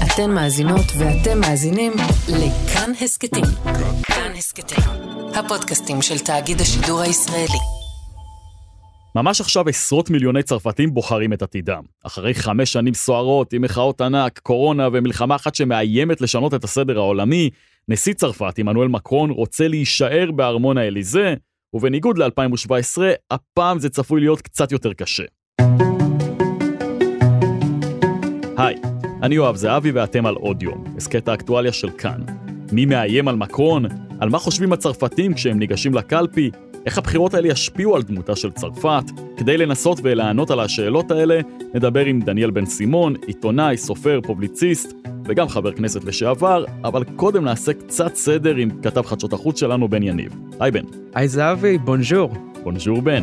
אתן מאזינות ואתם מאזינים לכאן הסקטים. כאן הסקטים, הפודקאסטים של תאגיד השידור הישראלי. ממש עכשיו עשרות מיליוני צרפתים בוחרים את עתידם. אחרי 5 שנים סוערות עם מחאות ענק, קורונה ומלחמה אחת שמאיימת לשנות את הסדר העולמי, נשיא צרפת, עמנואל מקרון, רוצה להישאר בארמון האליזה, ובניגוד ל-2017, הפעם זה צפוי להיות קצת יותר קשה. היי, אני יואב זהבי ואתם על עוד יום, הסקט האקטואליה של כאן. מי מאיים על מקרון? על מה חושבים הצרפתים כשהם ניגשים לקלפי? איך הבחירות האלה ישפיעו על דמותה של צרפת? כדי לנסות ולענות על השאלות האלה, נדבר עם דניאל בן סימון, עיתונאי, סופר, פובליציסט, וגם חבר כנסת לשעבר, אבל קודם נעשה קצת סדר עם כתב חדשות החוץ שלנו בן יניב. היי בן. היי זהבי, בונז'ור. בונז'ור בן.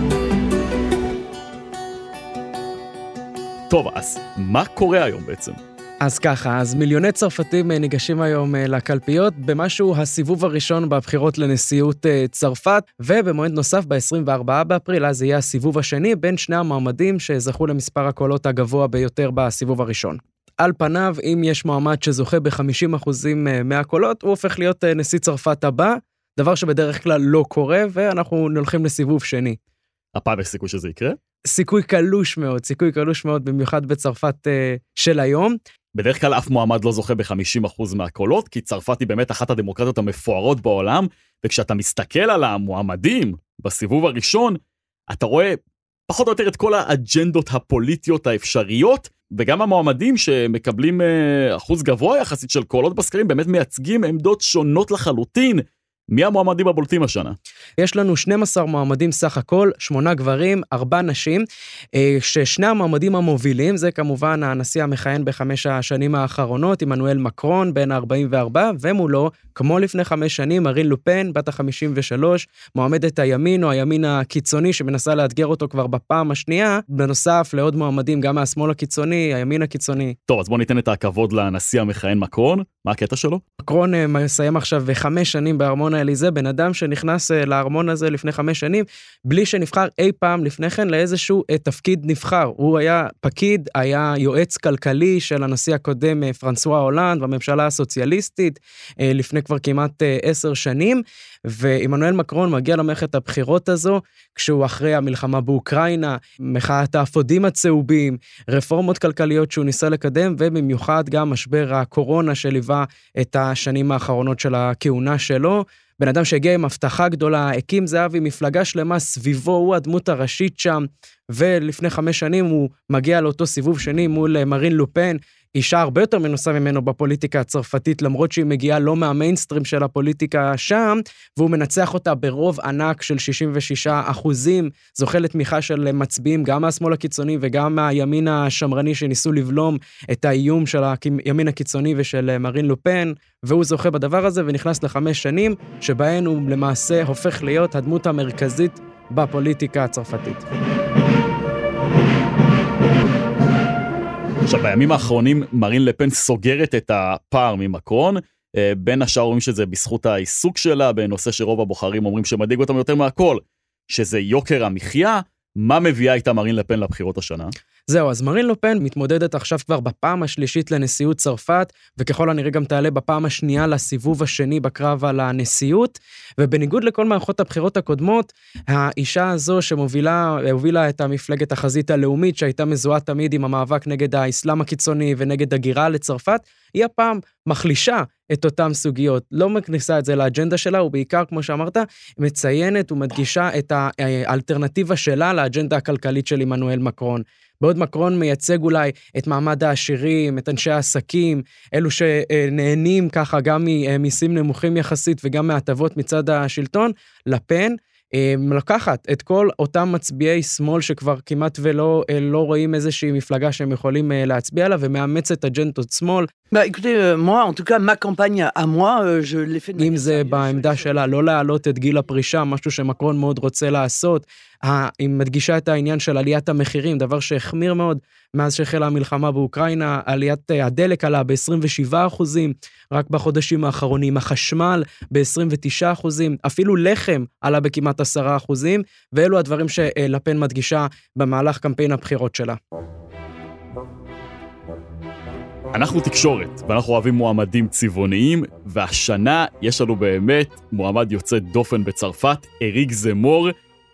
טוב, אז מה קורה היום בעצם? אז ככה, אז מיליוני צרפתים ניגשים היום לקלפיות, במשהו הסיבוב הראשון בבחירות לנשיאות צרפת, ובמועד נוסף ב-24 באפריל, אז יהיה הסיבוב השני בין שני המועמדים שזכו למספר הקולות הגבוה ביותר בסיבוב הראשון. על פניו, אם יש מועמד שזוכה ב-50% מהקולות, הוא הופך להיות נשיא צרפת הבא, דבר שבדרך כלל לא קורה, ואנחנו הולכים לסיבוב שני. הפעם יש סיכוי שזה יקרה? סיכוי קלוש מאוד, במיוחד בצרפת של היום. בדרך כלל אף מועמד לא זוכה ב-50% מהקולות, כי צרפת היא באמת אחת הדמוקרטיות המפוארות בעולם, וכשאתה מסתכל על המועמדים בסיבוב הראשון, אתה רואה פחות או יותר את כל האג'נדות הפוליטיות האפשריות, וגם המועמדים שמקבלים אחוז גבוה יחסית של קולות בסקרים, באמת מייצגים עמדות שונות לחלוטין. מי המועמדים הבולטים השנה? יש לנו 12 מועמדים סך הכל, 8 גברים, 4 נשים, ששני המועמדים המובילים, זה כמובן הנשיא המכהן ב5 השנים האחרונות, עמנואל מקרון, בן 44, ומולו, כמו לפני 5 שנים, מרין לופן, בת ה-53, מועמדת הימין או הימין הקיצוני, שמנסה לאתגר אותו כבר בפעם השנייה, בנוסף לעוד מועמדים גם מהשמאל הקיצוני, הימין הקיצוני. טוב, אז בוא ניתן את הכבוד לנשיא המכהן מקרון. מה הקטע שלו? מקרון מסיים עכשיו 5 שנים בארמון האליזה, בן אדם שנכנס לארמון הזה לפני 5 שנים, בלי שנבחר אי פעם לפני כן לאיזשהו תפקיד נבחר. הוא היה פקיד, היה יועץ כלכלי של הנשיא הקודם פרנסואה הולנד, בממשלה הסוציאליסטית, לפני כבר כמעט 10 שנים, ועמנואל מקרון מגיע למערכת הבחירות הזו, כשהוא אחרי המלחמה באוקראינה, מחאת האפודים הצהובים, רפורמות כלכליות שהוא ניסה לקדם, ובמיוחד גם משבר הקורונה שליווה את השנים האחרונות של הכהונה שלו. בן אדם שהגיע עם הבטחה גדולה, הקים זהבי מפלגה שלמה סביבו, הוא הדמות הראשית שם, ולפני 5 שנים הוא מגיע לאותו סיבוב שני מול מרין לופן, אישה הרבה יותר מנוסה ממנו בפוליטיקה הצרפתית, למרות שהיא מגיעה לא מהמיינסטרים של הפוליטיקה שם, והוא מנצח אותה ברוב ענק של 66%, זוכה לתמיכה של מצביעים גם מהשמאל הקיצוני וגם מהימין השמרני שניסו לבלום את האיום של הימין הקיצוני ושל מרין לופן, והוא זוכה בדבר הזה ונכנס ל5 שנים, שבהן הוא למעשה הופך להיות הדמות המרכזית בפוליטיקה הצרפתית. עכשיו, בימים האחרונים מרין לפן סוגרת את הפער ממקרון, בין השאר אומרים שזה בזכות העיסוק שלה, בנושא שרוב הבוחרים אומרים שמדאיג אותם יותר מהכל, שזה יוקר המחיה. מה מביאה איתה מרין לפן לבחירות השנה? זהו, אז מרין לופן מתמודדת עכשיו כבר בפעם השלישית לנשיאות צרפת, וככל הנראה גם תעלה בפעם השנייה לסיבוב השני בקרב על הנשיאות, ובניגוד לכל מערכות הבחירות הקודמות, האישה הזו הובילה את המפלגת החזית הלאומית, שהייתה מזוהה תמיד עם המאבק נגד האסלאם הקיצוני ונגד הגירה לצרפת, היא הפעם מחלישה את אותם סוגיות, לא מכניסה את זה לאג'נדה שלה, ובעיקר, כמו שאמרת, מציינת ומדגישה את האלטרנטיבה שלה לאג'נדה הכלכלית של עמנואל מקרון. בעוד מקרון מייצג אולי את מעמד העשירים, את אנשי העסקים, אלו שנהנים ככה גם ממיסים נמוכים יחסית וגם מהטבות מצד השלטון, לפן לקחת את כל אותם מצביעי שמאל שכבר כמעט ולא רואים איזושהי מפלגה שהם יכולים להצביע לה, ומאמץ את אג'נדות שמאל. אם זה בעמדה שלה לא להעלות את גיל הפרישה, משהו שמקרון מאוד רוצה לעשות, היא מדגישה את העניין של עליית המחירים, דבר שהחמיר מאוד מאז שהחלה המלחמה באוקראינה, עליית הדלק עלה ב-27%, רק בחודשים האחרונים, החשמל ב-29%, אפילו לחם עלה בכמעט 10%, ואלו הדברים שלפן מדגישה במהלך קמפיין הבחירות שלה. אנחנו תקשורת, ואנחנו אוהבים מועמדים צבעוניים, והשנה יש לנו באמת מועמד יוצא דופן בצרפת, אריק זמור,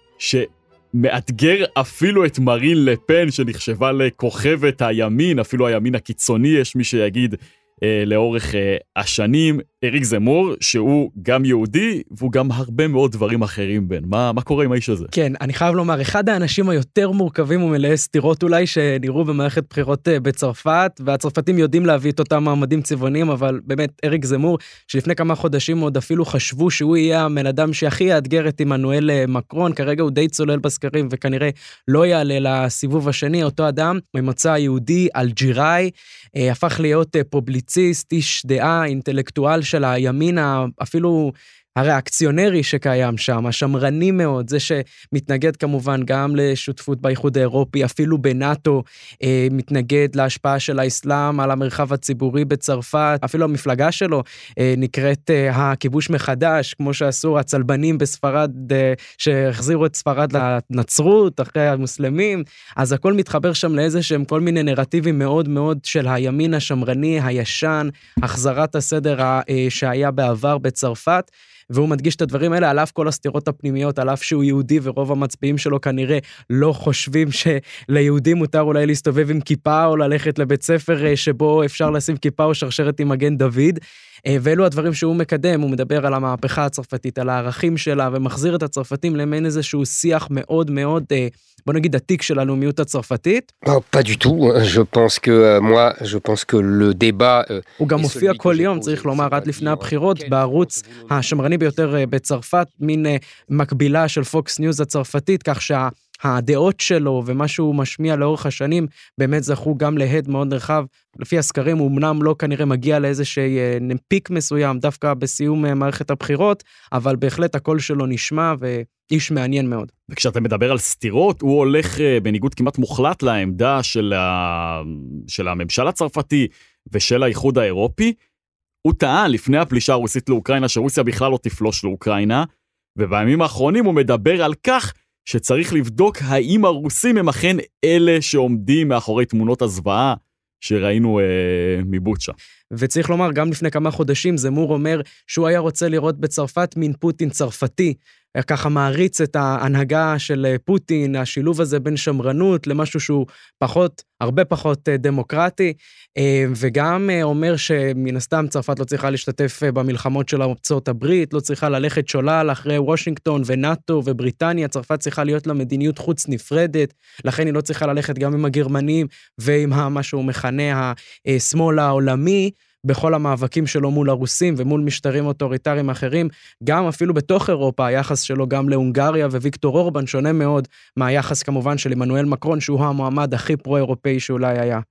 שמאתגר אפילו את מרין לפן, שנחשבה לכוכבת הימין, אפילו הימין הקיצוני, יש מי שיגיד לאורך השנים. אריק זמור, שהוא גם יהודי, והוא גם הרבה מאוד דברים אחרים בין. מה קורה עם האיש הזה? כן, אני חייב לומר, אחד האנשים היותר מורכבים ומלאי סתירות אולי, שנראו במערכת בחירות בצרפת, והצרפתים יודעים להביא את אותם מעמדים צבעוניים, אבל באמת אריק זמור, שלפני כמה חודשים עוד אפילו חשבו שהוא יהיה הבן אדם שהכי יאתגר את עמנואל מקרון, כרגע הוא די צולל בסקרים, וכנראה לא יעלה לסיבוב השני. אותו אדם, ממוצא יהודי, אלג'יראי, הפך להיות פובליציסט, איש דעה, אינטלקטואל של הימין אפילו הריאקציונרי שקיים שם, השמרני מאוד, זה שמתנגד כמובן גם לשותפות באיחוד האירופי, אפילו בנאטו, מתנגד להשפעה של האסלאם על המרחב הציבורי בצרפת, אפילו המפלגה שלו נקראת הכיבוש מחדש, כמו שעשו הצלבנים בספרד, שהחזירו את ספרד לנצרות אחרי המוסלמים, אז הכל מתחבר שם לאיזה שהם כל מיני נרטיבים מאוד מאוד של הימין השמרני, הישן, החזרת הסדר שהיה בעבר בצרפת, והוא מדגיש את הדברים האלה, על אף כל הסתירות הפנימיות, על אף שהוא יהודי, ורוב המצביעים שלו כנראה לא חושבים שליהודים מותר אולי להסתובב עם כיפה, או ללכת לבית ספר שבו אפשר לשים כיפה או שרשרת עם מגן דוד, ואלו הדברים שהוא מקדם, הוא מדבר על המהפכה הצרפתית, על הערכים שלה, ומחזיר את הצרפתים למין איזשהו שיח מאוד מאוד, בוא נגיד, עתיק של הלאומיות הצרפתית. pas du tout, je pense que le débat... הוא גם מופיע כל יום, צריך לומר, עד לפני הבחירות, בערוץ השמרני ביותר בצרפת, מין מקבילה של פוקס ניוז הצרפתית, כך שהדעות שלו ומה שהוא משמיע לאורך השנים, באמת זכו גם להד מאוד נרחב. לפי הסקרים הוא אמנם לא כנראה מגיע לאיזשהי פיק מסוים, דווקא בסיום מערכת הבחירות, אבל בהחלט הקול שלו נשמע ואיש מעניין מאוד. וכשאתה מדבר על סתירות, הוא הולך בניגוד כמעט מוחלט לעמדה של הממשל הצרפתי ושל האיחוד האירופי. הוא טען לפני הפלישה הרוסית לאוקראינה, שרוסיה בכלל לא תפלוש לאוקראינה, ובימים האחרונים הוא מדבר על כך שצריך לבדוק האם הרוסים הם אכן אלה שעומדים מאחורי תמונות הזוועה שראינו מבוצ'ה. וצריך לומר, גם לפני כמה חודשים זמור אומר שהוא היה רוצה לראות בצרפת מין פוטין צרפתי, ככה מעריץ את ההנהגה של פוטין, השילוב הזה בין שמרנות למשהו שהוא הרבה פחות דמוקרטי, וגם אומר שמן הסתם צרפת לא צריכה להשתתף במלחמות של ארצות הברית, לא צריכה ללכת שולל אחרי וושינגטון ונאטו ובריטניה, צרפת צריכה להיות לה מדיניות חוץ נפרדת, לכן היא לא צריכה ללכת גם עם הגרמנים ועם מה שהוא מכנה השמאל העולמי, בכל המאבקים שלו מול הרוסים ומול משטרים אוטוריטריים אחרים, גם אפילו בתוך אירופה, היחס שלו גם להונגריה וויקטור אורבן שונה מאוד מהיחס כמובן של עמנואל מקרון, שהוא המועמד הכי פרו-אירופאי שאולי היה.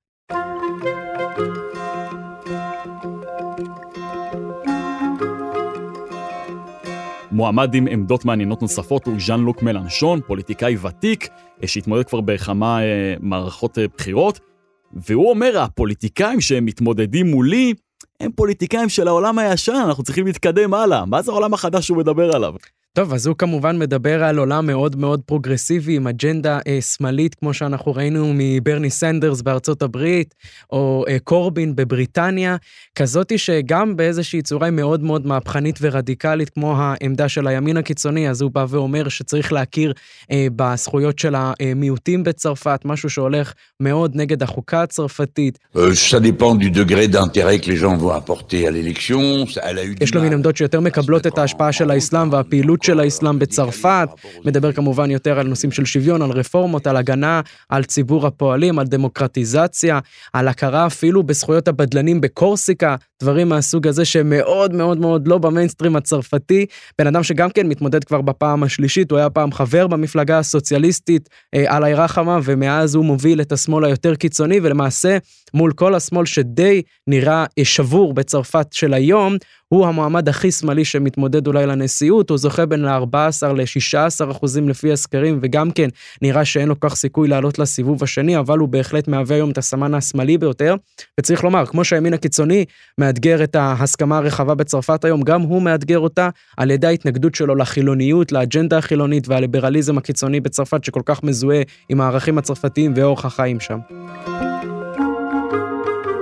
מועמד עם עמדות מעניינות נוספות הוא ז'אן לוק מלנשון, פוליטיקאי ותיק, שהתמודד כבר בכמה מערכות בחירות, והוא אומר, הפוליטיקאים שהם מתמודדים מולי, הם פוליטיקאים של העולם הישן, אנחנו צריכים להתקדם הלאה. מה זה העולם החדש שהוא מדבר עליו? טוב, אז הוא כמובן מדבר על עולם מאוד מאוד פרוגרסיבי, עם אג'נדה שמאלית, כמו שאנחנו ראינו מברני סנדרס בארצות הברית, או קורבין בבריטניה, כזאת שגם באיזושהי צורה מאוד מאוד מהפכנית ורדיקלית, כמו העמדה של הימין הקיצוני, אז הוא בא ואומר שצריך להכיר בזכויות של המיעוטים בצרפת, משהו שהולך מאוד נגד החוקה הצרפתית. Ça dépend du degré d'intérêt que les gens vont apporter à l'élection. יש לו מין עמדות שיותר מקבלות את ההשפעה של האסלאם והפעילות של האסלאם בצרפת, מדבר כמובן יותר על נושאים של שוויון, על רפורמות, על הגנה, על ציבור הפועלים, על דמוקרטיזציה, על הכרה אפילו בזכויות הבדלנים בקורסיקה, דברים מהסוג הזה שמאוד מאוד מאוד לא במיינסטרים הצרפתי, בן אדם שגם כן מתמודד כבר בפעם השלישית, הוא היה פעם חבר במפלגה הסוציאליסטית על הירחמה, ומאז הוא מוביל את השמאל היותר קיצוני, ולמעשה מול כל השמאל שדי נראה שבור בצרפת של היום, הוא המועמד הכי שמאלי שמתמודד אולי לנשיאות, הוא זוכה בין ל-14% ל-16% לפי הסקרים, וגם כן נראה שאין לו כך סיכוי לעלות לסיבוב השני, אבל הוא בהחלט מהווה היום את הסמן השמאלי ביותר, וצריך לומר, כמו שהימין הקיצוני מאתגר את ההסכמה הרחבה בצרפת היום, גם הוא מאתגר אותה על ידי ההתנגדות שלו לחילוניות, לאג'נדה החילונית והליברליזם הקיצוני בצרפת, שכל כך מזוהה עם הערכים הצרפתיים ואורח החיים שם.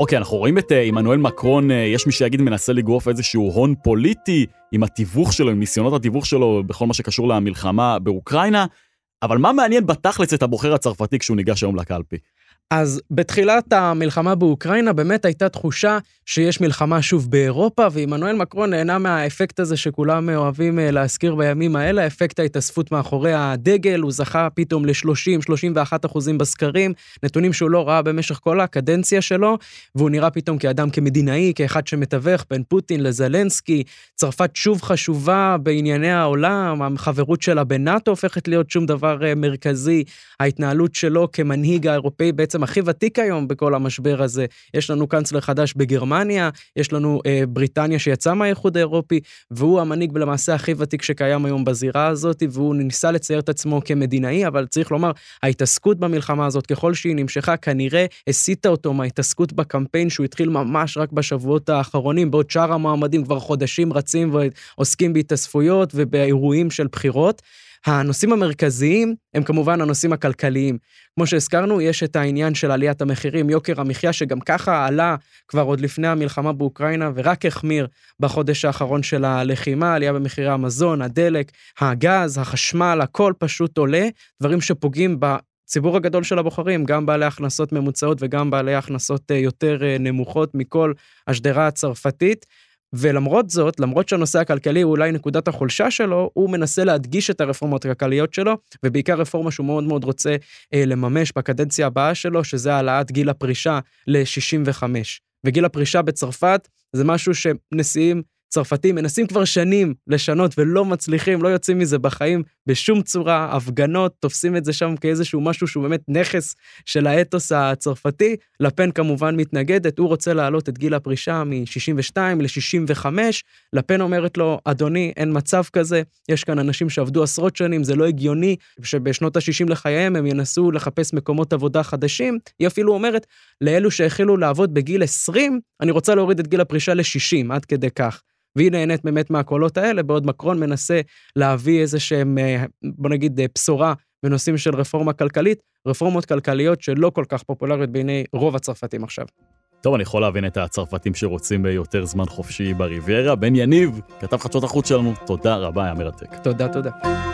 אוקיי, אנחנו רואים את עמנואל מקרון, יש מי שיגיד מנסה לגרוף איזשהו הון פוליטי, עם התיווך שלו, עם ניסיונות התיווך שלו, בכל מה שקשור למלחמה באוקראינה, אבל מה מעניין בתכלס את הבוחר הצרפתי כשהוא ניגש היום לקלפי? אז בתחילת המלחמה באוקראינה באמת הייתה תחושה שיש מלחמה שוב באירופה, ועמנואל מקרון נהנה מהאפקט הזה שכולם אוהבים להזכיר בימים האלה, אפקט ההתאספות מאחורי הדגל, הוא זכה פתאום ל-30-31% בסקרים, נתונים שהוא לא ראה במשך כל הקדנציה שלו, והוא נראה פתאום כאדם כמדינאי, כאחד שמתווך בין פוטין לזלנסקי, צרפת שוב חשובה בענייני העולם, החברות שלה בנאטו הופכת להיות שום דבר מרכזי, ההתנהלות שלו כמנהיג האירופאי בעצם הכי ותיק היום בכל המשבר הזה. יש לנו קנצלר חדש בגרמניה, יש לנו בריטניה שיצא מהאיחוד האירופי, והוא המנהיג למעשה הכי ותיק שקיים היום בזירה הזאת, והוא ניסה לצייר את עצמו כמדינאי, אבל צריך לומר, ההתעסקות במלחמה הזאת, ככל שהיא נמשכה, כנראה הסיטה אותו מההתעסקות בקמפיין, שהוא התחיל ממש רק בשבועות האחרונים, בעוד שאר המועמדים כבר חודשים רצים ועוסקים בהתאספויות ובאירועים של בחירות. הנושאים המרכזיים הם כמובן הנושאים הכלכליים. כמו שהזכרנו, יש את העניין של עליית המחירים, יוקר המחיה שגם ככה עלה כבר עוד לפני המלחמה באוקראינה, ורק החמיר בחודש האחרון של הלחימה, עלייה במחירי המזון, הדלק, הגז, החשמל, הכל פשוט עולה, דברים שפוגעים בציבור הגדול של הבוחרים, גם בעלי הכנסות ממוצעות וגם בעלי הכנסות יותר נמוכות מכל השדרה הצרפתית, ולמרות זאת, למרות שהנושא הכלכלי הוא אולי נקודת החולשה שלו, הוא מנסה להדגיש את הרפורמות הכלכליות שלו, ובעיקר רפורמה שהוא מאוד מאוד רוצה לממש בקדנציה הבאה שלו, שזה העלאת גיל הפרישה ל-65. וגיל הפרישה בצרפת זה משהו שנשיאים צרפתים מנסים כבר שנים לשנות ולא מצליחים, לא יוצאים מזה בחיים בשום צורה, הפגנות, תופסים את זה שם כאיזשהו משהו שהוא באמת נכס של האתוס הצרפתי, לפן כמובן מתנגדת, הוא רוצה להעלות את גיל הפרישה מ-62 ל-65, לפן אומרת לו, אדוני, אין מצב כזה, יש כאן אנשים שעבדו עשרות שנים, זה לא הגיוני, שבשנות ה-60 לחייהם הם ינסו לחפש מקומות עבודה חדשים, היא אפילו אומרת, לאלו שהחלו לעבוד בגיל 20, אני רוצה להוריד את גיל הפרישה ל-60, עד כדי כך. והיא נהנית באמת מהקולות האלה, בעוד מקרון מנסה להביא איזה שהם, בוא נגיד, בשורה בנושאים של רפורמה כלכלית, רפורמות כלכליות שלא כל כך פופולריות בעיני רוב הצרפתים עכשיו. טוב, אני יכול להבין את הצרפתים שרוצים ביותר זמן חופשי בריביירה. בן יניב, כתב חדשות החוץ שלנו, תודה רבה, היה מרתק. תודה, תודה.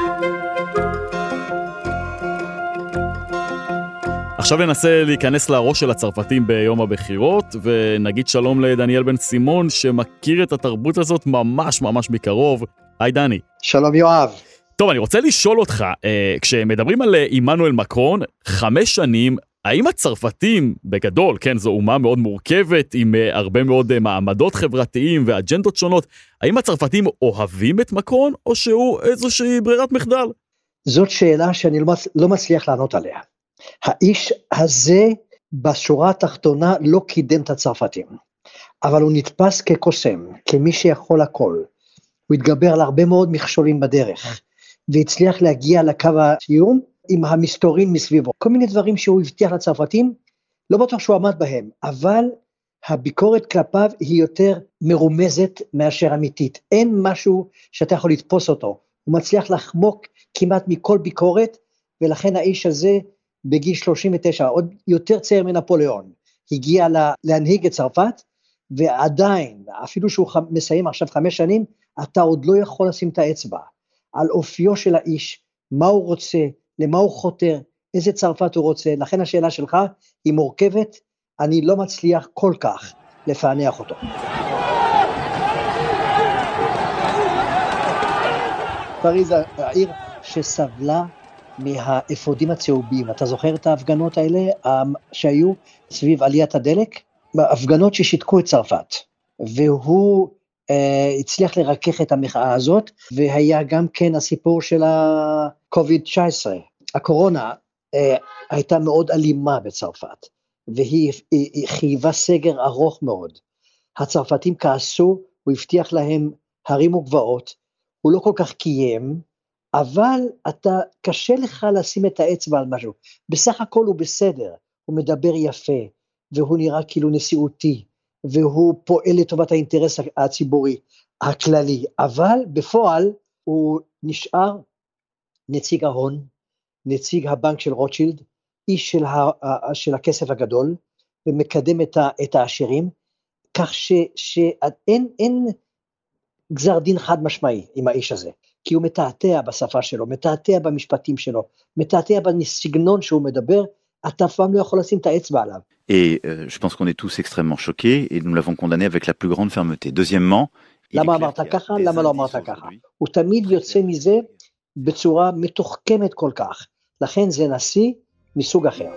עכשיו ננסה להיכנס לראש של הצרפתים ביום הבחירות, ונגיד שלום לדניאל בן סימון, שמכיר את התרבות הזאת ממש ממש מקרוב. היי דני. שלום יואב. טוב, אני רוצה לשאול אותך, כשמדברים על עמנואל מקרון, 5 שנים, האם הצרפתים, בגדול, כן, זו אומה מאוד מורכבת, עם הרבה מאוד מעמדות חברתיים ואג'נדות שונות, האם הצרפתים אוהבים את מקרון, או שהוא איזושהי ברירת מחדל? זאת שאלה שאני לא מצליח לענות עליה. האיש הזה בשורה התחתונה לא קידם את הצרפתים, אבל הוא נתפס כקוסם, כמי שיכול הכל. הוא התגבר על הרבה מאוד מכשולים בדרך, והצליח להגיע לקו הסיום עם המסתורין מסביבו. כל מיני דברים שהוא הבטיח לצרפתים, לא בטוח שהוא עמד בהם, אבל הביקורת כלפיו היא יותר מרומזת מאשר אמיתית. אין משהו שאתה יכול לתפוס אותו. הוא מצליח לחמוק כמעט מכל ביקורת, ולכן האיש הזה בגיל 39, עוד יותר צעיר מנפוליאון, הגיע להנהיג את צרפת, ועדיין, אפילו שהוא מסיים עכשיו 5 שנים, אתה עוד לא יכול לשים את האצבע על אופיו של האיש, מה הוא רוצה, למה הוא חותר, איזה צרפת הוא רוצה. לכן השאלה שלך היא מורכבת, אני לא מצליח כל כך לפענח אותו. פריז, העיר שסבלה מהאפודים הצהובים. אתה זוכר את ההפגנות האלה שהיו סביב עליית הדלק? הפגנות ששיתקו את צרפת, והוא הצליח לרכך את המחאה הזאת, והיה גם כן הסיפור של ה-COVID-19. הקורונה הייתה מאוד אלימה בצרפת, והיא חייבה סגר ארוך מאוד. הצרפתים כעסו, הוא הבטיח להם הרים וגבעות, הוא לא כל כך קיים, אבל אתה קשה לך לשים את האצבע על משהו. בסך הכל הוא בסדר, הוא מדבר יפה, והוא נראה כאילו נשיאותי, והוא פועל לטובת האינטרס הציבורי הכללי, אבל בפועל הוא נשאר נציג ההון, נציג הבנק של רוטשילד, איש של הכסף הגדול, ומקדם את העשירים, כך שאין גזר דין חד משמעי עם האיש הזה, כי הוא מתעתע בשפה שלו, מתעתע במשפטים שלו, מתעתע בסגנון שהוא מדבר, אתה אף פעם לא יכול לשים את האצבע עליו. Et je pense qu'on est tous extrêmement choqués et nous l'avons condamné avec la plus grande fermeté. Deuxièmement, למה אמרת ככה? למה לא אמרת ככה? הוא תמיד יוצא מזה בצורה מתוחכמת כל כך, לכן זה נשיא מסוג אחר.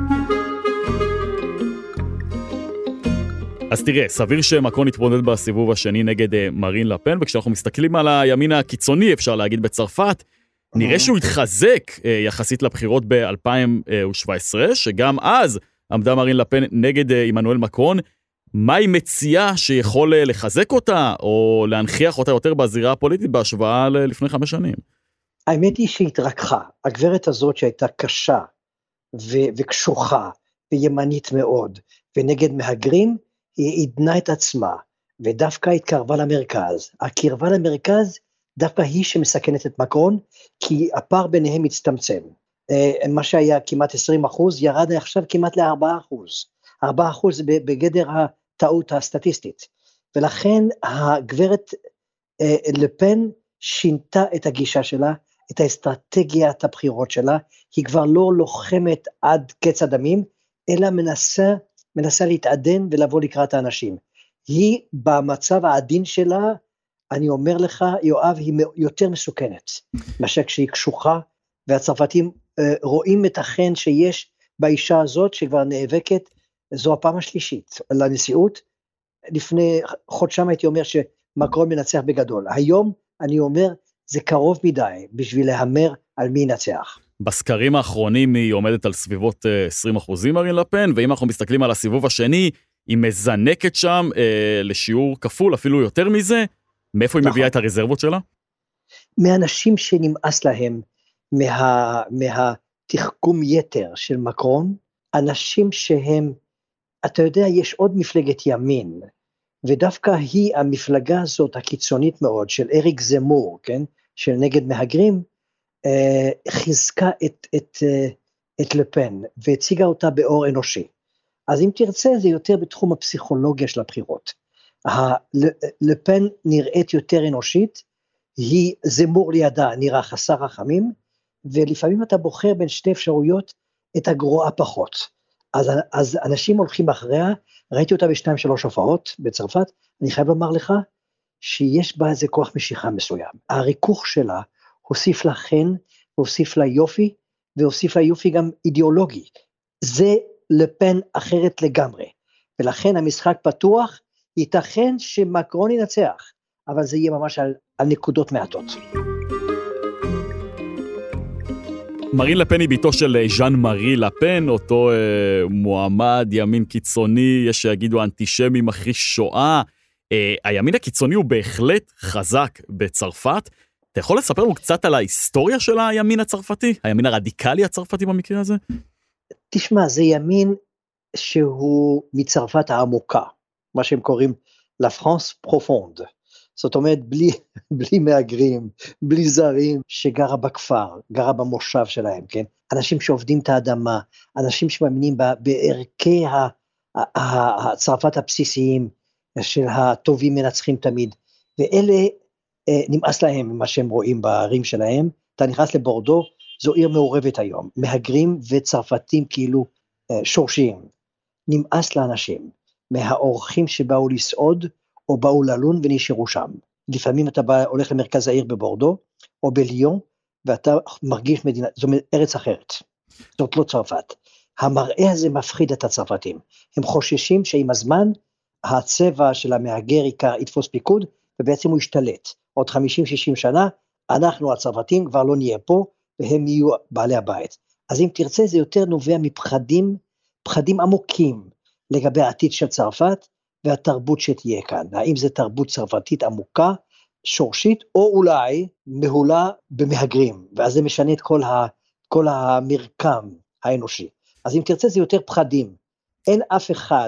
אז תראה, סביר שמקרון יתמודד בסיבוב השני נגד מרין לפן, וכשאנחנו מסתכלים על הימין הקיצוני, אפשר להגיד בצרפת, נראה שהוא התחזק יחסית לבחירות ב-2017, שגם אז עמדה מרין לפן נגד עמנואל מקרון. מה היא מציעה שיכול לחזק אותה, או להנכיח אותה יותר בזירה הפוליטית בהשוואה לפני 5 שנים? האמת היא שהתרככה. הגברת הזאת שהייתה קשה וקשוחה וימנית מאוד, ונגד מהגרים, היא עדנה את עצמה, ודווקא התקרבה למרכז. הקרבה למרכז דווקא היא שמסכנת את מקרון, כי הפער ביניהם מצטמצם. מה שהיה כמעט 20%, ירד עכשיו כמעט ל4%. 4% בגדר הטעות הסטטיסטית. ולכן הגברת לפן שינתה את הגישה שלה, את האסטרטגיית הבחירות שלה, היא כבר לא לוחמת עד קץ הדמים, אלא מנסה להתעדן ולבוא לקראת האנשים. היא במצב העדין שלה, אני אומר לך, יואב, היא יותר מסוכנת, מאשר כשהיא קשוחה, והצרפתים רואים את החן שיש באישה הזאת, שכבר נאבקת, זו הפעם השלישית, לנשיאות. לפני חודשיים הייתי אומר שמקרון מנצח בגדול. היום אני אומר, זה קרוב מדי בשביל להמר על מי ינצח. בסקרים האחרונים היא עומדת על סביבות 20% מרין לפן, ואם אנחנו מסתכלים על הסיבוב השני, היא מזנקת שם לשיעור כפול, אפילו יותר מזה. מאיפה היא מביאה את הרזרבות שלה? מאנשים שנמאס להם מהתחכום יתר של מקרון, אנשים שהם, אתה יודע, יש עוד מפלגת ימין, ודווקא היא המפלגה הזאת הקיצונית מאוד, של אריק זמור, כן? של נגד מהגרים, חיזקה את לפן, והציגה אותה באור אנושי. אז אם תרצה, זה יותר בתחום הפסיכולוגיה של הבחירות. לפן נראית יותר אנושית, היא זמור לידה, נראה חסר רחמים, ולפעמים אתה בוחר בין שתי אפשרויות, את הגרועה פחות. אז אנשים הולכים אחריה, ראיתי אותה ב2-3 הופעות בצרפת, אני חייב לומר לך, שיש בה איזה כוח משיכה מסוים. הריכוך שלה, הוסיף לה חן, הוסיף לה יופי, והוסיף לה יופי גם אידיאולוגי. זה לפן אחרת לגמרי, ולכן המשחק פתוח, ייתכן שמקרון ינצח, אבל זה יהיה ממש על נקודות מעטות. מרין לפן היא ביתו של ז'אן מארי לפן, אותו מועמד ימין קיצוני, יש שיגידו אנטישמי מכחיש שואה. הימין הקיצוני הוא בהחלט חזק בצרפת. אתה יכול לספר לנו קצת על ההיסטוריה של הימין הצרפתי? הימין הרדיקלי הצרפתי במקרה הזה? תשמע, זה ימין שהוא מצרפת העמוקה, מה שהם קוראים La France profonde. זאת אומרת, בלי מהגרים, בלי זרים, שגרה בכפר, גרה במושב שלהם, כן? אנשים שעובדים את האדמה, אנשים שמאמינים בערכי הצרפת הבסיסיים, של הטובים מנצחים תמיד, ואלה נמאס להם ממה שהם רואים בערים שלהם. אתה נכנס לבורדו, זו עיר מעורבת היום, מהגרים וצרפתים כאילו שורשיים. נמאס לאנשים מהאורחים שבאו לסעוד, או באו ללון ונשארו שם. לפעמים אתה הולך למרכז העיר בבורדו, או בליון, ואתה מרגיש מדינה, זו ארץ אחרת. זאת לא צרפת. המראה הזה מפחיד את הצרפתים. הם חוששים שעם הזמן, הצבע של המהגר יתפוס פיקוד, ובעצם הוא ישתלט. עוד 50-60 שנה, אנחנו הצרפתים כבר לא נהיה פה, והם יהיו בעלי הבית. אז אם תרצה, זה יותר נובע פחדים עמוקים, לגבי העתיד של צרפת, והתרבות שתהיה כאן. האם זה תרבות צרפתית עמוקה, שורשית, או אולי מהולה במהגרים, ואז זה משנה את כל המרקם האנושי. אז אם תרצה, זה יותר פחדים. אין אף אחד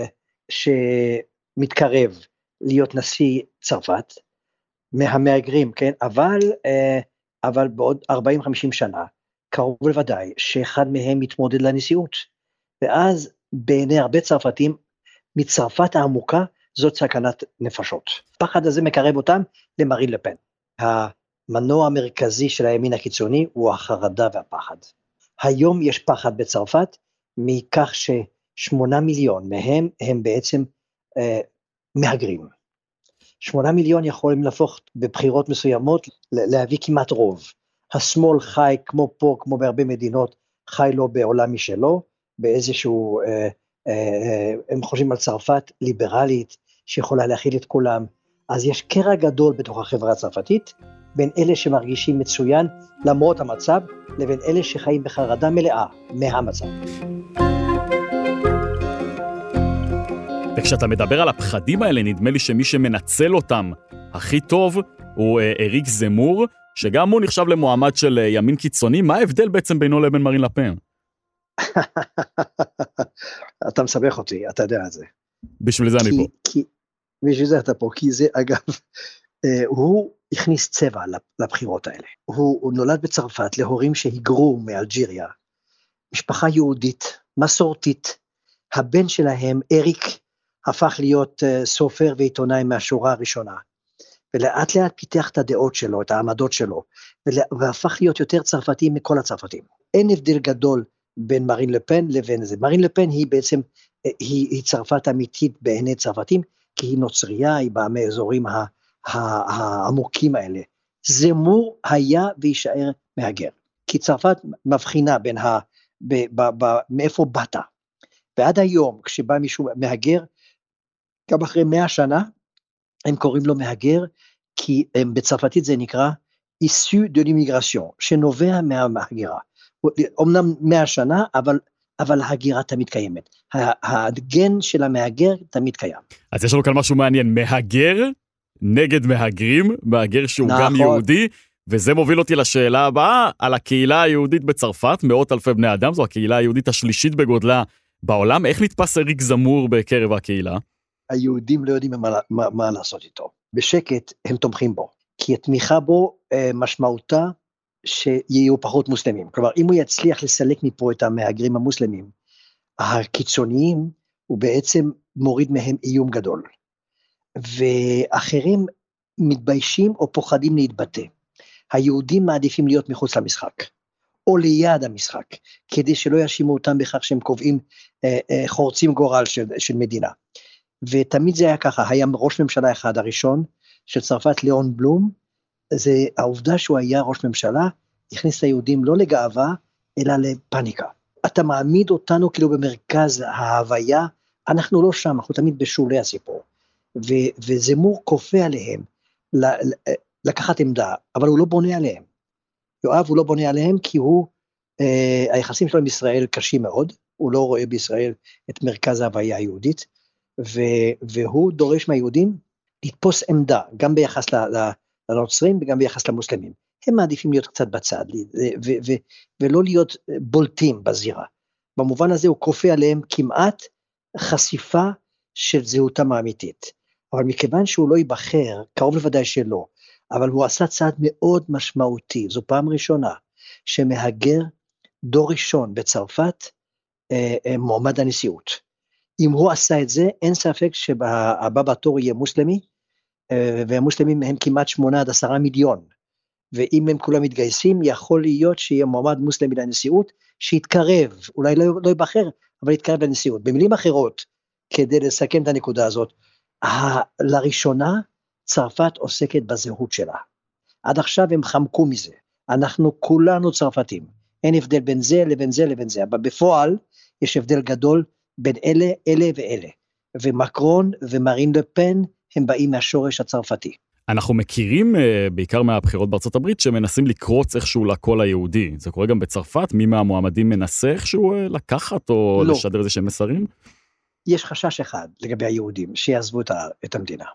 שמתקרב להיות נשיא צרפת, מהמהגרים, כן? אבל בעוד 40-50 שנה, קרוב לוודאי, שאחד מהם מתמודד לנשיאות. ואז בעיני הרבה צרפתים, מצרפת העמוקה, זאת סכנת נפשות. הפחד הזה מקרב אותם למרין לפן. המנוע המרכזי של הימין הקיצוני הוא החרדה והפחד. היום יש פחד בצרפת, מכך ש8 מיליון מהם הם בעצם מהגרים. 8 מיליון יכולים להפוך בבחירות מסוימות להביא כמעט רוב. השמאל חי כמו פה, כמו בהרבה מדינות, חי לו בעולם משלו, באיזשהו, הם חושבים על צרפת ליברלית, שיכולה להכיל את כולם, אז יש קרע גדול בתוך החברה הצרפתית, בין אלה שמרגישים מצוין למרות המצב, לבין אלה שחיים בחרדה מלאה מהמצב. וכשאתה מדבר על הפחדים האלה, נדמה לי שמי שמנצל אותם הכי טוב הוא אריק זמור, שגם הוא נחשב למועמד של ימין קיצוני. מה ההבדל בעצם בינו לבין מרין לפן? אתה מסבך אותי, אתה יודע את זה. בשביל זה אני פה. בשביל זה אתה פה, כי זה אגב, הוא הכניס צבע לבחירות האלה. הוא נולד בצרפת להורים שהיגרו מאלג'יריה, משפחה יהודית, מסורתית. הבן שלהם, אריק, הפך להיות סופר ועיתונאי מהשורה הראשונה, ולאט לאט פיתח את הדעות שלו, את העמדות שלו, והפך להיות יותר צרפתי מכל הצרפתים. אין הבדל גדול בין מרין לפן לבין זה. מרין לפן היא בעצם, היא צרפת אמיתית בעיני צרפתים, כי היא נוצריה, היא באה מאזורים העמוקים האלה. זמור היה וישאר מהגר, כי צרפת מבחינה בין מאיפה באת, ועד היום כשבא מישהו מהגר, גם אחרי 100 שנה, הם קוראים לו מהגר, כי בצרפתית זה נקרא issu de l'immigration, שנובע מההגירה. אמנם 100 שנה, אבל ההגירה תמיד קיימת. הגן של המהגר תמיד קיים. אז יש לנו כאן משהו מעניין, מהגר נגד מהגרים, מהגר שהוא גם יהודי, וזה מוביל אותי לשאלה הבאה, על הקהילה היהודית בצרפת, מאות אלפי בני אדם, זו הקהילה היהודית השלישית בגודלה בעולם. איך נתפס אריק זמור בקרב הקהילה? היהודים לא יודעים מה לעשות איתו. בשקט הם תומכים בו, כי התמיכה בו משמעותה שיהיו פחות מוסלמים. כלומר, אם הוא יצליח לסלק מפה את המהגרים המוסלמים, הקיצוניים, הוא בעצם מוריד מהם איום גדול. ואחרים מתביישים או פוחדים להתבטא. היהודים מעדיפים להיות מחוץ למשחק, או ליד המשחק, כדי שלא יאשימו אותם בכך שהם קובעים, חורצים גורל של מדינה. ותמיד זה היה ככה, היה ראש ממשלה אחד הראשון, של צרפת ליאון בלום, זה העובדה שהוא היה ראש ממשלה, הכניס את היהודים לא לגאווה, אלא לפניקה. אתה מעמיד אותנו כאילו במרכז ההוויה, אנחנו לא שם, אנחנו תמיד בשולי הסיפור, וזמור כופה עליהם, לקחת עמדה, אבל הוא לא בונה עליהם. יואב הוא לא בונה עליהם, כי היחסים שלו עם ישראל קשים מאוד, הוא לא רואה בישראל את מרכז ההוויה היהודית, והוא דורש מהיהודים לתפוס עמדה, גם ביחס לנוצרים וגם ביחס למוסלמים. הם מעדיפים להיות קצת בצד, ולא להיות בולטים בזירה. במובן הזה הוא כופה עליהם כמעט חשיפה של זהותם האמיתית. אבל מכיוון שהוא לא ייבחר, קרוב לוודאי שלא, אבל הוא עשה צעד מאוד משמעותי, זו פעם ראשונה, שמהגר דור ראשון בצרפת, מועמד הנשיאות. אם הוא עשה את זה, אין ספק שהבא בתור יהיה מוסלמי, והמוסלמים הם כמעט 8-10 מיליון, ואם הם כולם מתגייסים, יכול להיות שיהיה מועמד מוסלמי לנשיאות, שיתקרב, אולי לא ייבחר, אבל יתקרב לנשיאות. במילים אחרות, כדי לסכם את הנקודה הזאת, לראשונה, צרפת עוסקת בזהות שלה. עד עכשיו הם חמקו מזה. אנחנו כולנו צרפתים. אין הבדל בין זה לבין זה לבין זה, אבל בפועל יש הבדל גדול בין אלה ואלה. ומקרון ומרין לפן הם באים מהשורש הצרפתי. אנחנו מכירים, בעיקר מהבחירות בארצות הברית, שמנסים לקרוץ איכשהו לקול היהודי. זה קורה גם בצרפת, מי מהמועמדים מנסה איכשהו לקחת או לא. לשדר איזה שהם מסרים? יש חשש אחד לגבי היהודים, שיעזבו את המדינה.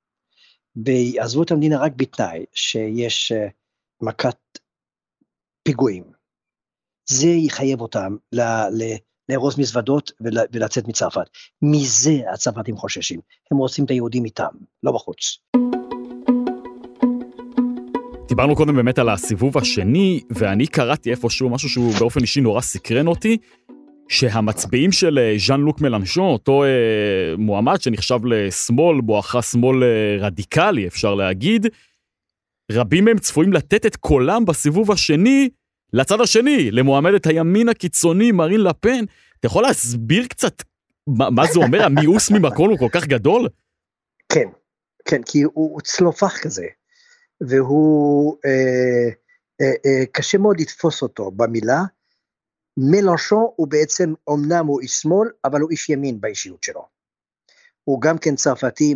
ויעזבו את המדינה רק בתנאי שיש מכת פיגועים. זה יחייב אותם לארוז מזוודות ולצאת מצרפת. מזה הצרפתים חוששים. הם רוצים את היהודים איתם, לא בחוץ. דיברנו קודם באמת על הסיבוב השני, ואני קראתי איפשהו משהו שהוא באופן אישי נורא סקרן אותי. שהמצביעים של ז'אן לוק מלנשון, אותו מועמד שנחשב לשמאל, בואכה שמאל רדיקלי, אפשר להגיד, רבים מהם צפויים לתת את קולם בסיבוב השני, לצד השני, למועמדת הימין הקיצוני, מרין לפן. אתה יכול להסביר קצת מה זה אומר, המיאוס ממקרון הוא כל כך גדול? כן, כן, כי הוא צלופח כזה, והוא קשה מאוד לתפוס אותו במילה. מלנשון הוא בעצם, אמנם הוא איש שמאל, אבל הוא איש ימין באישיות שלו. הוא גם כן צרפתי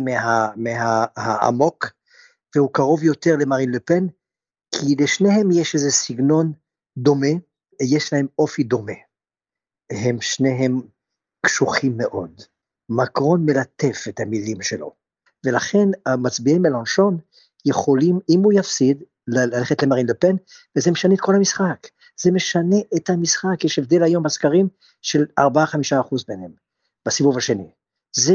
מהעמוק, והוא קרוב יותר למרין לפן, כי לשניהם יש איזה סגנון דומה, יש להם אופי דומה. הם שניהם קשוחים מאוד. מקרון מלטף את המילים שלו. ולכן המצביעי מלנשון יכולים, אם הוא יפסיד, ללכת למרין לפן, וזה משנה את כל המשחק. זה משנה את המשחק, יש הבדל היום בסקרים של 4-5% ביניהם, בסיבוב השני. זה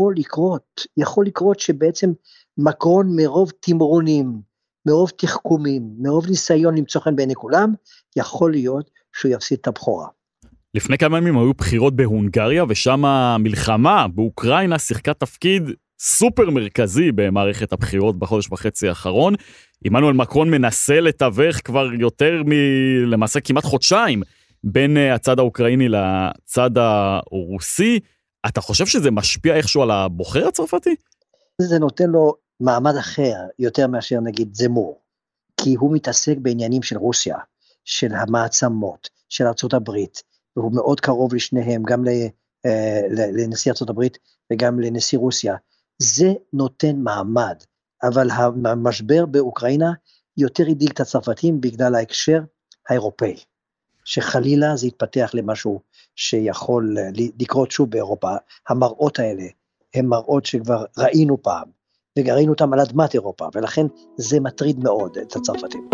יכול לקרות שבעצם מקרון מרוב תמרונים, מרוב תחכומים, מרוב ניסיון למצוא חן בעיני כולם, יכול להיות שהוא יפסיד את הבכורה. לפני כמה ימים היו בחירות בהונגריה, ושם המלחמה באוקראינה שיחקה תפקיד סופר מרכזי במערכת הבחירות בחודש וחצי האחרון. עמנואל מקרון מנסה לתווך כבר יותר למעשה כמעט חודשיים, בין הצד האוקראיני לצד הרוסי. אתה חושב שזה משפיע איכשהו על הבוחר הצרפתי? זה נותן לו מעמד אחר, יותר מאשר נגיד זמור, כי הוא מתעסק בעניינים של רוסיה, של המעצמות, של ארצות הברית, והוא מאוד קרוב לשניהם, גם לנשיא ארצות הברית וגם לנשיא רוסיה. זה נותן מעמד, אבל המשבר באוקראינה יותר הדאיג את הצרפתים בגלל ההקשר האירופאי, שחלילה זה יתפתח למשהו שיכול לקרות שוב באירופה. המראות האלה הם מראות שכבר ראינו פעם, וראינו אותם על אדמת אירופה, ולכן זה מטריד מאוד את הצרפתים.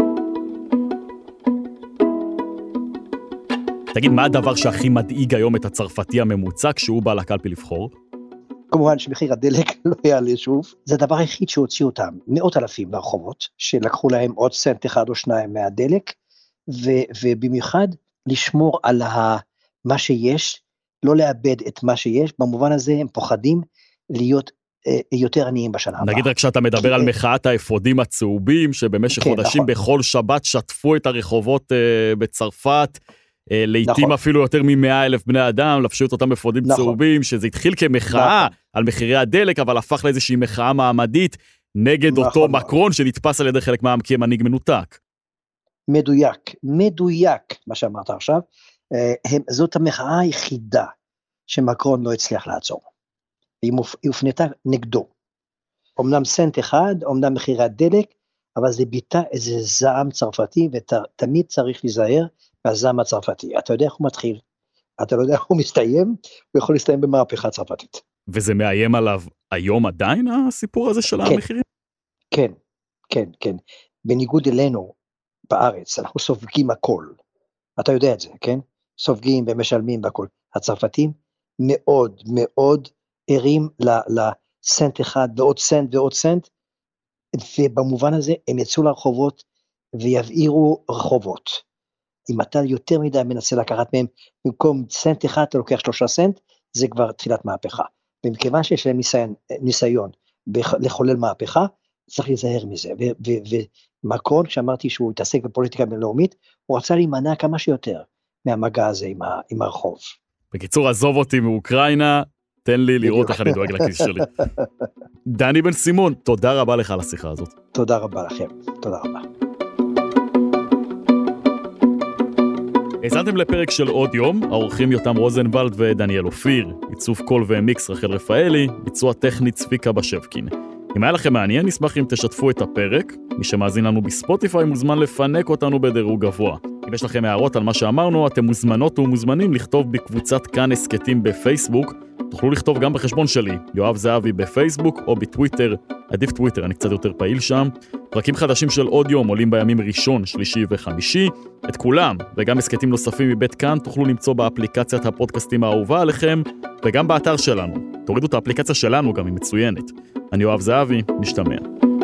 תגיד, מה הדבר שהכי מדאיג היום את הצרפתי הממוצע כשהוא בא לקלפי לבחור? כמובן שמחיר הדלק לא יעלה שוב, זה הדבר היחיד שהוציא אותם, 100,000 ברחובות, שלקחו להם עוד סנט אחד או שניים מהדלק, ובמיוחד לשמור על מה שיש, לא לאבד את מה שיש, במובן הזה הם פוחדים להיות יותר עניים בשנה הבאה. נגיד רק שאתה מדבר על מחאת האפודים הצהובים, שבמשך חודשים בכל שבת שטפו את הרחובות בצרפת, לעתים אפילו יותר מ100,000 בני אדם, לפשו את אותם אפודים צהובים, שזה התחיל כמחאה על מחירי הדלק, אבל הפך לאיזושהי מחאה מעמדית, נגד אותו מקרון שנתפס על ידי חלק מהעם כמנהיג מנותק. מדויק, מה שאמרת עכשיו, זאת המחאה היחידה שמקרון לא הצליח לעצור. היא הופנתה נגדו. אמנם סנט אחד, אמנם מחירי הדלק, אבל זה ביטא איזה זעם צרפתי, ותמיד צריך להיזהר מהזעם הצרפתי. אתה יודע איך הוא מתחיל, אתה לא יודע איך הוא מסתיים, הוא יכול להסתיים במהפכה צרפתית. וזה מאיים עליו היום עדיין, הסיפור הזה של המחירים? כן, כן, כן. בניגוד אלינו בארץ, אנחנו סופגים הכל. אתה יודע את זה, כן? סופגים ומשלמים בכל. הצרפתים מאוד מאוד ערים לסנט אחד ועוד סנט ועוד סנט, ובמובן הזה הם יצאו לרחובות ויבעירו רחובות. אם אתה יותר מדי מנסה לקחת מהם, במקום סנט אחד אתה לוקח 3 סנט, זה כבר תחילת מהפכה. ומכיוון שיש להם ניסיון לחולל מהפכה, צריך להיזהר מזה. ומקרון, כשאמרתי שהוא התעסק בפוליטיקה בינלאומית, הוא רצה להימנע כמה שיותר מהמגע הזה עם הרחוב. בקיצור, עזוב אותי מאוקראינה, תן לי לראות איך אני דואג לכיס שלי. דני בן סימון, תודה רבה לך על השיחה הזאת. תודה רבה לכם, תודה רבה. האזנתם לפרק של עוד יום, האורחים יותם רוזנבלד ודניאל אופיר, עיצוב קול ומיקס רחל רפאלי, ביצוע טכני צביקה בשבקין. אם היה לכם מעניין, נשמח אם תשתפו את הפרק. מי שמאזין לנו בספוטיפיי מוזמן לפנק אותנו בדירוג גבוה. אם יש לכם הערות על מה שאמרנו, אתם מוזמנות ומוזמנים לכתוב בקבוצת כאן הסקטים בפייסבוק. תוכלו לכתוב גם בחשבון שלי, יואב זהבי בפייסבוק או בטוויטר. עדיף טוויטר, אני קצת יותר פעיל שם. פרקים חדשים של עוד יום עולים בימים ראשון, שלישי וחמישי. את כולם, וגם הסקטים נוספים מבית כאן, תוכלו למצוא באפליקציית הפודקאסטים האהובה עליכם, וגם באתר שלנו. תורידו את האפליקציה שלנו, גם היא מצוינת. אני יואב זהבי, נשתמע.